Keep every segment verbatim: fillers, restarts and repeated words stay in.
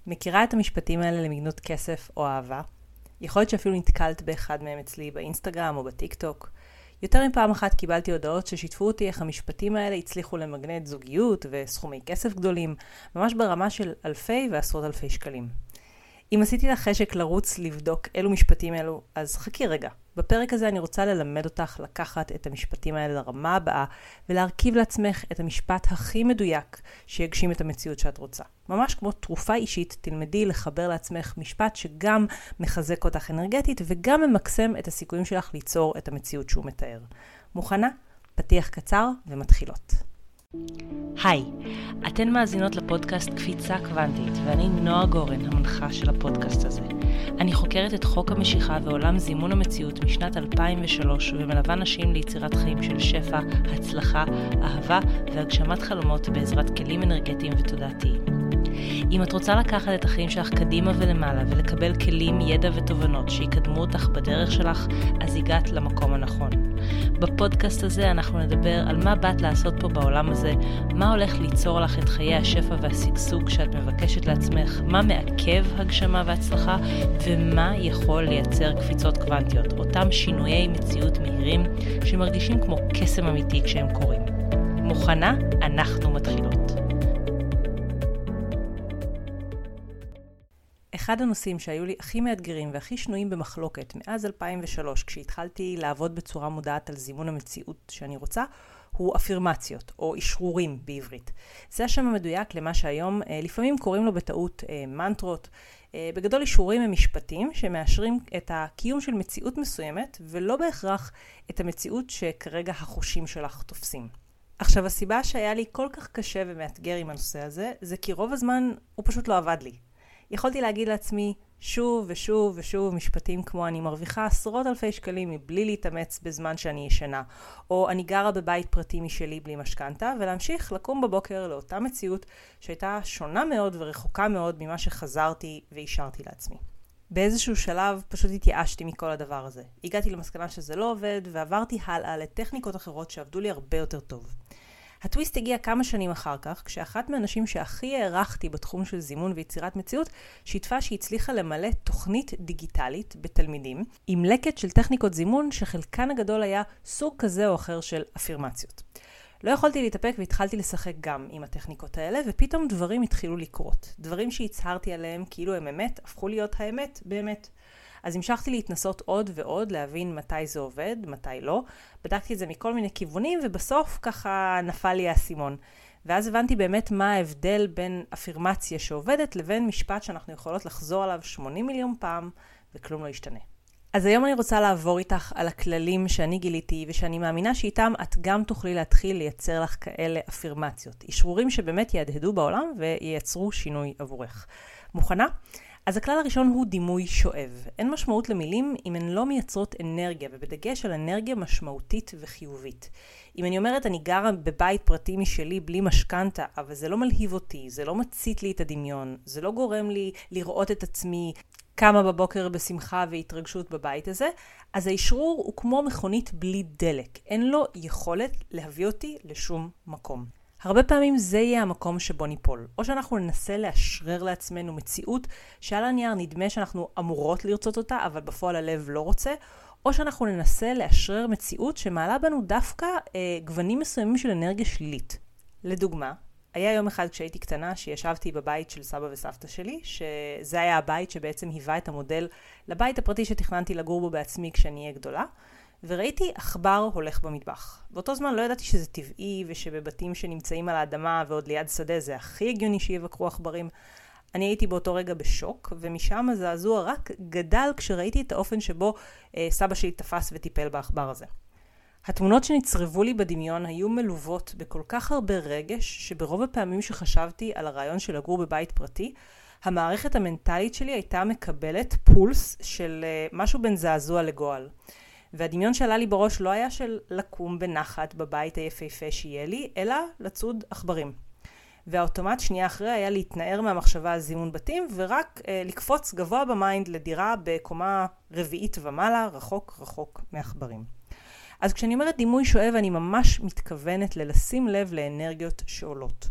מכירה את המשפטים האלה למגנות כסף או אהבה? יכול להיות שאפילו נתקלת באחד מהם אצלי באינסטגרם או בטיק טוק. יותר מפעם אחת קיבלתי הודעות ששיתפו אותי איך המשפטים האלה הצליחו למגנט זוגיות וסכומי כסף גדולים, ממש ברמה של אלפי ועשרות אלפי שקלים. אם עשיתי לך חשק לרוץ לבדוק אילו משפטים אלו, אז חכי רגע. בפרק הזה אני רוצה ללמד אותך לקחת את המשפטים האלה לרמה הבאה, ולהרכיב לעצמך את המשפט הכי מדויק שיגשים את המציאות שאת רוצה. ממש כמו תרופה אישית, תלמדי לחבר לעצמך משפט שגם מחזק אותך אנרגטית, וגם ממקסם את הסיכויים שלך ליצור את המציאות שהוא מתאר. מוכנה? פתיח קצר ומתחילות. היי, אתן מאזינות לפודקאסט קפיצה קוונטית, ואני נועה גורן, המנחה של הפודקאסט הזה. אני חוקרת את חוק המשיכה ועולם זימון המציאות משנת אלפיים ושלוש, ומלווה נשים ליצירת חיים של שפע, הצלחה, אהבה והגשמת חלומות בעזרת כלים אנרגטיים ותודעתיים. אם את רוצה לקחת את החיים שלך קדימה ולמעלה ולקבל כלים, ידע ותובנות שיקדמו אותך בדרך שלך, אז הגעת למקום הנכון. בפודקאסט הזה אנחנו נדבר על מה באת לעשות פה בעולם הזה, מה הולך ליצור לך את חיי השפע והשגשוג שאת מבקשת לעצמך, מה מעכב הגשמה והצלחה, ומה יכול לייצר קפיצות קוונטיות, אותם שינויי מציאות מהירים שמרגישים כמו קסם אמיתי כשהם קורים. מוכנה? אנחנו מתחילות. אחד הנושאים שהיו לי הכי מאתגרים והכי שנויים במחלוקת מאז אלפיים ושלוש, כשהתחלתי לעבוד בצורה מודעת על זימון המציאות שאני רוצה, הוא אפירמציות או אשרורים בעברית. זה השם המדויק למה שהיום לפעמים קוראים לו בטעות מנטרות. בגדול אשרורים הם משפטים שמאשרים את הקיום של מציאות מסוימת, ולא בהכרח את המציאות שכרגע החושים שלך תופסים. עכשיו, הסיבה שהיה לי כל כך קשה ומאתגר עם הנושא הזה, זה כי רוב הזמן הוא פשוט לא עבד לי. יכולתי להגיד לעצמי שוב ושוב ושוב משפטים כמו אני מרוויחה עשרות אלפי שקלים מבלי להתאמץ בזמן שאני ישנה, או אני גרה בבית פרטי משלי בלי משכנתה, ולהמשיך לקום בבוקר לאותה מציאות שהייתה שונה מאוד ורחוקה מאוד ממה שחזרתי והשארתי לעצמי. באיזשהו שלב פשוט התייאשתי מכל הדבר הזה. הגעתי למסקנה שזה לא עובד, ועברתי הלאה לטכניקות אחרות שעבדו לי הרבה יותר טוב. הטוויסט הגיע כמה שנים אחר כך, כשאחת מהאנשים שהכי הערכתי בתחום של זימון ויצירת מציאות, שיתפה שהצליחה למלא תוכנית דיגיטלית בתלמידים, עם לקט של טכניקות זימון שחלקן הגדול היה סוג כזה או אחר של אפירמציות. לא יכולתי להתאפק והתחלתי לשחק גם עם הטכניקות האלה, ופתאום דברים התחילו לקרות. דברים שהצהרתי עליהם כאילו הם אמת, הפכו להיות האמת באמת. אז המשכתי להתנסות עוד ועוד, להבין מתי זה עובד, מתי לא. בדקתי את זה מכל מיני כיוונים, ובסוף ככה נפל לי האסימון. ואז הבנתי באמת מה ההבדל בין אפירמציה שעובדת, לבין משפט שאנחנו יכולות לחזור עליו שמונים מיליון פעם, וכלום לא ישתנה. אז היום אני רוצה לעבור איתך על הכללים שאני גיליתי, ושאני מאמינה שאיתם את גם תוכלי להתחיל לייצר לך כאלה אפירמציות. אשרורים שבאמת יהדהדו בעולם, וייצרו שינוי עבורך. מוכנה? אז הכלל הראשון הוא דימוי שואב. אין משמעות למילים אם הן לא מייצרות אנרגיה, ובדגש על אנרגיה משמעותית וחיובית. אם אני אומרת אני גרה בבית פרטי משלי בלי משכנתה, אבל זה לא מלהיב אותי, זה לא מצית לי את הדמיון, זה לא גורם לי לראות את עצמי קמה בבוקר בשמחה והתרגשות בבית הזה, אז האשרור הוא כמו מכונית בלי דלק. אין לו יכולת להביא אותי לשום מקום. הרבה פעמים זה יהיה המקום שבו ניפול. או שאנחנו ננסה לאשרר לעצמנו מציאות שעל הנייר נדמה שאנחנו אמורות לרצות אותה, אבל בפועל הלב לא רוצה, או שאנחנו ננסה לאשרר מציאות שמעלה בנו דווקא אה, גוונים מסוימים של אנרגיה שלילית. לדוגמה, היה יום אחד כשהייתי קטנה שישבתי בבית של סבא וסבתא שלי, שזה היה הבית שבעצם היווה את המודל לבית הפרטי שתכננתי לגור בו בעצמי כשאני אהיה גדולה, וראיתי עכבר הולך במטבח. באותו זמן לא ידעתי שזה טבעי, ושבבתים שנמצאים על האדמה ועוד ליד שדה זה הכי הגיוני שיבקרו עכברים. אני הייתי באותו רגע בשוק, ומשם הזעזוע רק גדל כשראיתי את האופן שבו אה, סבא שלי תפס וטיפל בעכבר הזה. התמונות שנצרבו לי בדמיון היו מלוות בכל כך הרבה רגש, שברוב הפעמים שחשבתי על הרעיון של לגור בבית פרטי, המערכת המנטלית שלי הייתה מקבלת פולס של אה, משהו בין זעזוע לגועל. והדמיון שעלה לי בראש לא היה של לקום בנחת בבית היפהפה שיהיה לי, אלא לצוד עכברים. והאוטומט שנייה אחרי היה להתנער מהמחשבה על זימון בתים, ורק אה, לקפוץ גבוה במיינד לדירה בקומה רביעית ומעלה, רחוק רחוק מעכברים. אז כשאני אומרת דימוי שואב, אני ממש מתכוונת ללשים לב לאנרגיות שעולות.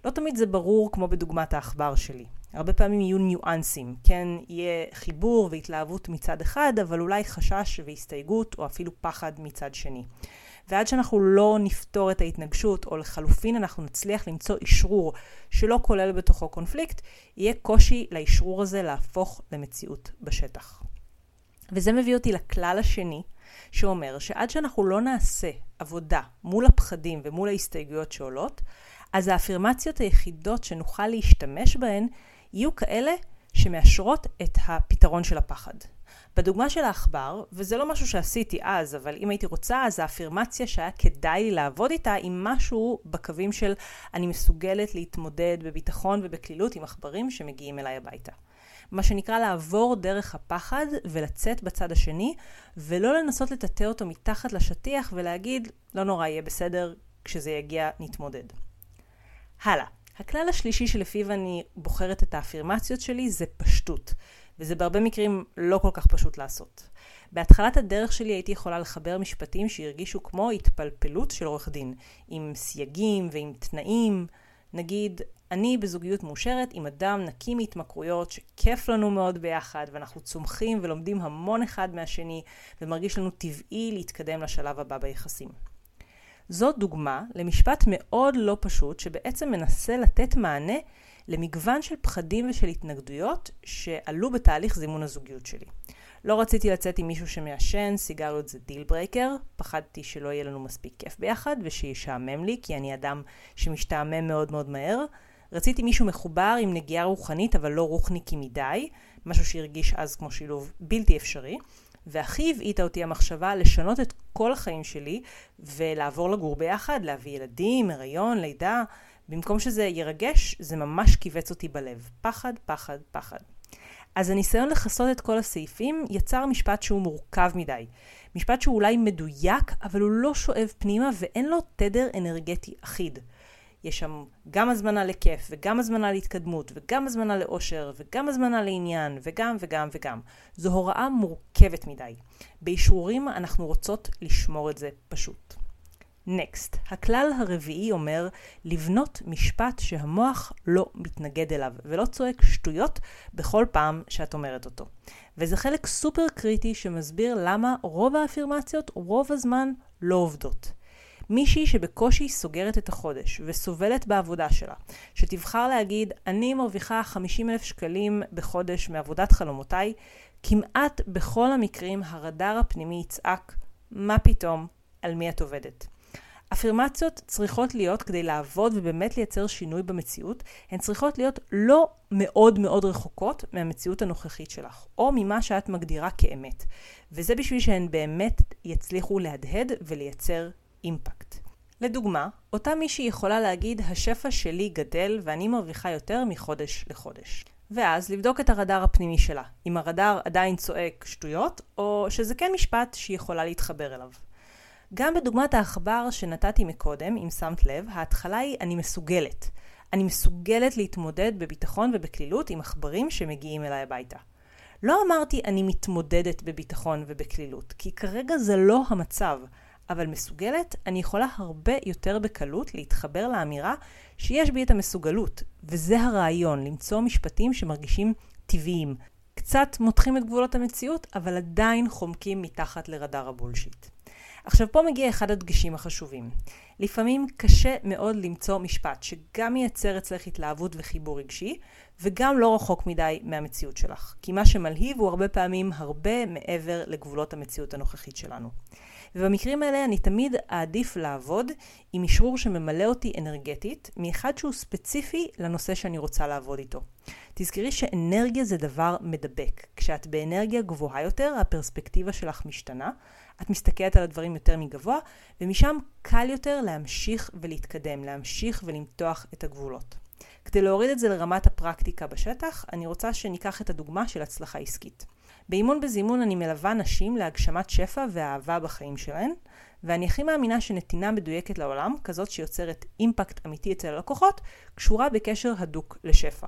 לא תמיד זה ברור כמו בדוגמת העכבר שלי. הרבה פעמים יהיו ניואנסים, כן, יהיה חיבור והתלהבות מצד אחד, אבל אולי חשש והסתייגות או אפילו פחד מצד שני. ועד שאנחנו לא נפתור את ההתנגשות, או לחלופין אנחנו נצליח למצוא אישרור שלא כולל בתוכו קונפליקט, יהיה קושי לאישרור הזה להפוך למציאות בשטח. וזה מביא אותי לכלל השני, שאומר שעד שאנחנו לא נעשה עבודה מול הפחדים ומול ההסתייגויות שעולות, אז האפירמציות היחידות שנוכל להשתמש בהן יהיו כאלה שמאשרות את הפתרון של הפחד. בדוגמה של העכבר, וזה לא משהו שעשיתי אז, אבל אם הייתי רוצה, אז האפירמציה שהיה כדאי לי לעבוד איתה עם משהו בקווים של אני מסוגלת להתמודד בביטחון ובכלילות עם עכברים שמגיעים אליי הביתה. מה שנקרא לעבור דרך הפחד ולצאת בצד השני, ולא לנסות לטאטא אותו מתחת לשטיח ולהגיד, לא נורא, יהיה בסדר, כשזה יגיע נתמודד. הלאה. הכלל השלישי שלפיו אני בוחרת את האפירמציות שלי זה פשטות, וזה בהרבה מקרים לא כל כך פשוט לעשות. בהתחלת הדרך שלי הייתי יכולה לחבר משפטים שהרגישו כמו התפלפלות של עורך דין, עם סייגים ועם תנאים. נגיד, אני בזוגיות מאושרת עם אדם נקי מהתמכרויות שכיף לנו מאוד ביחד, ואנחנו צומחים ולומדים המון אחד מהשני, ומרגיש לנו טבעי להתקדם לשלב הבא ביחסים. זאת דוגמה למשפט מאוד לא פשוט שבעצם מנסה לתת מענה למגוון של פחדים ושל התנגדויות שעלו בתהליך זימון הזוגיות שלי. לא רציתי לצאת עם מישהו שמעשן, סיגריות זה דיל ברייקר, פחדתי שלא יהיה לנו מספיק כיף ביחד ושישעמם לי כי אני אדם שמשתעמם מאוד מאוד מהר. רציתי מישהו מחובר עם נגיעה רוחנית אבל לא רוחניקי מדי, משהו שהרגיש אז כמו שילוב בלתי אפשרי. והכי הבעיטה אותי המחשבה לשנות את כל החיים שלי ולעבור לגור ביחד, להביא ילדים, הריון, לידה. במקום שזה ירגש, זה ממש קיבץ אותי בלב. פחד, פחד, פחד. אז הניסיון לחסות את כל הסעיפים יצר משפט שהוא מורכב מדי. משפט שהוא אולי מדויק, אבל הוא לא שואב פנימה ואין לו תדר אנרגטי אחיד. יש שם גם הזמנה לכיף, וגם הזמנה להתקדמות, וגם הזמנה לאושר, וגם הזמנה לעניין, וגם וגם וגם. זו הוראה מורכבת מדי. באישורים אנחנו רוצות לשמור את זה פשוט. Next, הכלל הרביעי אומר לבנות משפט שהמוח לא מתנגד אליו, ולא צועק שטויות בכל פעם שאת אומרת אותו. וזה חלק סופר קריטי שמסביר למה רוב האפירמציות רוב הזמן לא עובדות. מישהי שבקושי סוגרת את החודש וסובלת בעבודה שלה, שתבחר להגיד, אני מרוויחה חמישים אלף שקלים בחודש מעבודת חלומותיי, כמעט בכל המקרים הרדאר הפנימי יצעק, מה פתאום, על מי את עובדת. אפירמציות צריכות להיות, כדי לעבוד ובאמת לייצר שינוי במציאות, הן צריכות להיות לא מאוד מאוד רחוקות מהמציאות הנוכחית שלך, או ממה שאת מגדירה כאמת. וזה בשביל שהן באמת יצליחו להדהד ולייצר אימפקט. לדוגמה, אותה מישהי יכולה להגיד, השפע שלי גדל ואני מרוויחה יותר מחודש לחודש. ואז לבדוק את הרדאר הפנימי שלה, אם הרדאר עדיין צועק שטויות, או שזה כן משפט שהיא יכולה להתחבר אליו. גם בדוגמת העכבר שנתתי מקודם, אם שמת לב, ההתחלה היא אני מסוגלת. אני מסוגלת להתמודד בביטחון ובכלילות עם עכברים שמגיעים אליי הביתה. לא אמרתי אני מתמודדת בביטחון ובכלילות, כי כרגע זה לא המצב. אבל מסוגלת, אני יכולה הרבה יותר בקלות להתחבר לאמירה שיש בי את המסוגלות. וזה הרעיון, למצוא משפטים שמרגישים טבעיים. קצת מותחים את גבולות המציאות, אבל עדיין חומקים מתחת לרדאר הבולשיט. עכשיו פה מגיע אחד הדגשים החשובים. לפעמים קשה מאוד למצוא משפט שגם ייצר אצלך התלהבות וחיבור רגשי, וגם לא רחוק מדי מהמציאות שלך. כי מה שמלהיב הוא הרבה פעמים הרבה מעבר לגבולות המציאות הנוכחית שלנו. ובמקרים האלה אני תמיד אעדיף לעבוד עם אישרור שממלא אותי אנרגטית, מאחד שהוא ספציפי לנושא שאני רוצה לעבוד איתו. תזכרי שאנרגיה זה דבר מדבק. כשאת באנרגיה גבוהה יותר, הפרספקטיבה שלך משתנה, את מסתכלת על הדברים יותר מגבוה, ומשם קל יותר להמשיך ולהתקדם, להמשיך ולמתוח את הגבולות. כדי להוריד את זה לרמת הפרקטיקה בשטח, אני רוצה שניקח את הדוגמה של הצלחה עסקית. באימון בזימון אני מלווה נשים להגשמת שפע ואהבה בחיים שלהן, ואני הכי מאמינה שנתינה מדויקת לעולם, כזאת שיוצרת אימפקט אמיתי אצל הלקוחות, קשורה בקשר הדוק לשפע.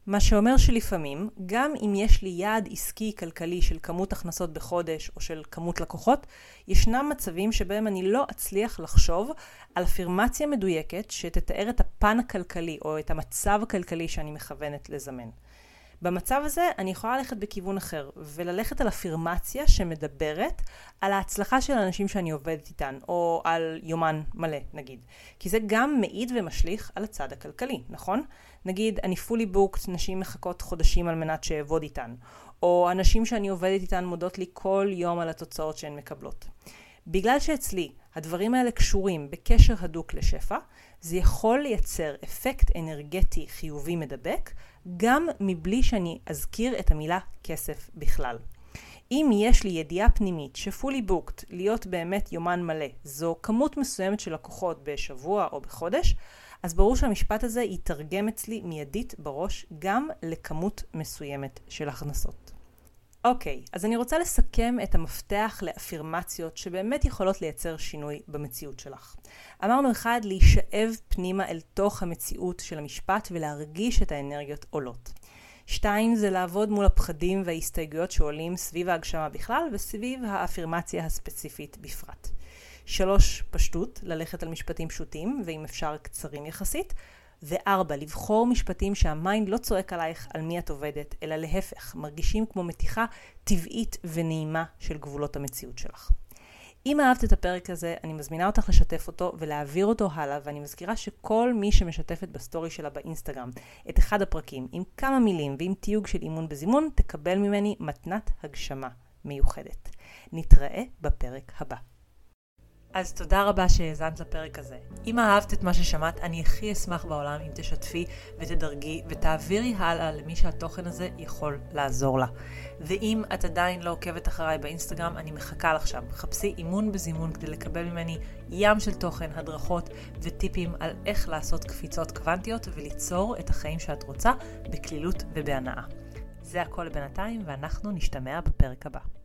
מה שאומר שלפעמים, גם אם יש לי יעד עסקי כלכלי של כמות הכנסות בחודש או של כמות לקוחות, ישנם מצבים שבהם אני לא אצליח לחשוב על אפירמציה מדויקת שתתאר את הפן הכלכלי או את המצב הכלכלי שאני מכוונת לזמן. במצב הזה אני יכולה ללכת בכיוון אחר וללכת על אפירמציה שמדברת על ההצלחה של האנשים שאני עובדת איתן או על יומן מלא נגיד. כי זה גם מעיד ומשליך על הצד הכלכלי, נכון? נגיד אני fully booked, נשים מחכות חודשים על מנת שאעבוד איתן, או אנשים שאני עובדת איתן מודות לי כל יום על התוצאות שהן מקבלות. בגלל שאצלי הדברים האלה קשורים בקשר הדוק לשפע, זה יכול לייצר אפקט אנרגטי חיובי מדבק, גם מבלי שאני אזכיר את המילה כסף בכלל. אם יש לי ידיעה פנימית שפולי בוקט להיות באמת יומן מלא, זו כמות מסוימת של לקוחות בשבוע או בחודש, אז ברור שהמשפט הזה יתרגם אצלי מיידית בראש גם לכמות מסוימת של הכנסות. אוקיי, אז אני רוצה לסכם את המפתח לאפירמציות שבאמת יכולות לייצר שינוי במציאות שלך. אמרנו אחד, להישאב פנימה אל תוך המציאות של המשפט ולהרגיש את האנרגיות עולות. שתיים, זה לעבוד מול הפחדים וההסתייגויות שעולים סביב ההגשמה בכלל וסביב האפירמציה הספציפית בפרט. שלוש, פשטות, ללכת על משפטים פשוטים ואם אפשר קצרים יחסית. וארבע, לבחור משפטים שהמיינד לא צועק עלייך על מי את עובדת, אלא להפך, מרגישים כמו מתיחה טבעית ונעימה של גבולות המציאות שלך. אם אהבת את הפרק הזה, אני מזמינה אותך לשתף אותו ולהעביר אותו הלאה, ואני מזכירה שכל מי שמשתפת בסטורי שלה באינסטגרם את אחד הפרקים עם כמה מילים ועם תיוג של אימון בזימון, תקבל ממני מתנת הגשמה מיוחדת. נתראה בפרק הבא. אז תודה רבה שהאזנת לפרק הזה. אם אהבת את מה ששמעת, אני הכי אשמח בעולם אם תשתפי ותדרגי ותעבירי הלאה למי שהתוכן הזה יכול לעזור לה. ואם את עדיין לא עוקבת אחריי באינסטגרם, אני מחכה לך שם. חפשי אימון בזימון כדי לקבל ממני ים של תוכן, הדרכות וטיפים על איך לעשות קפיצות קוונטיות וליצור את החיים שאת רוצה בכלילות ובהנאה. זה הכל לבינתיים ואנחנו נשתמע בפרק הבא.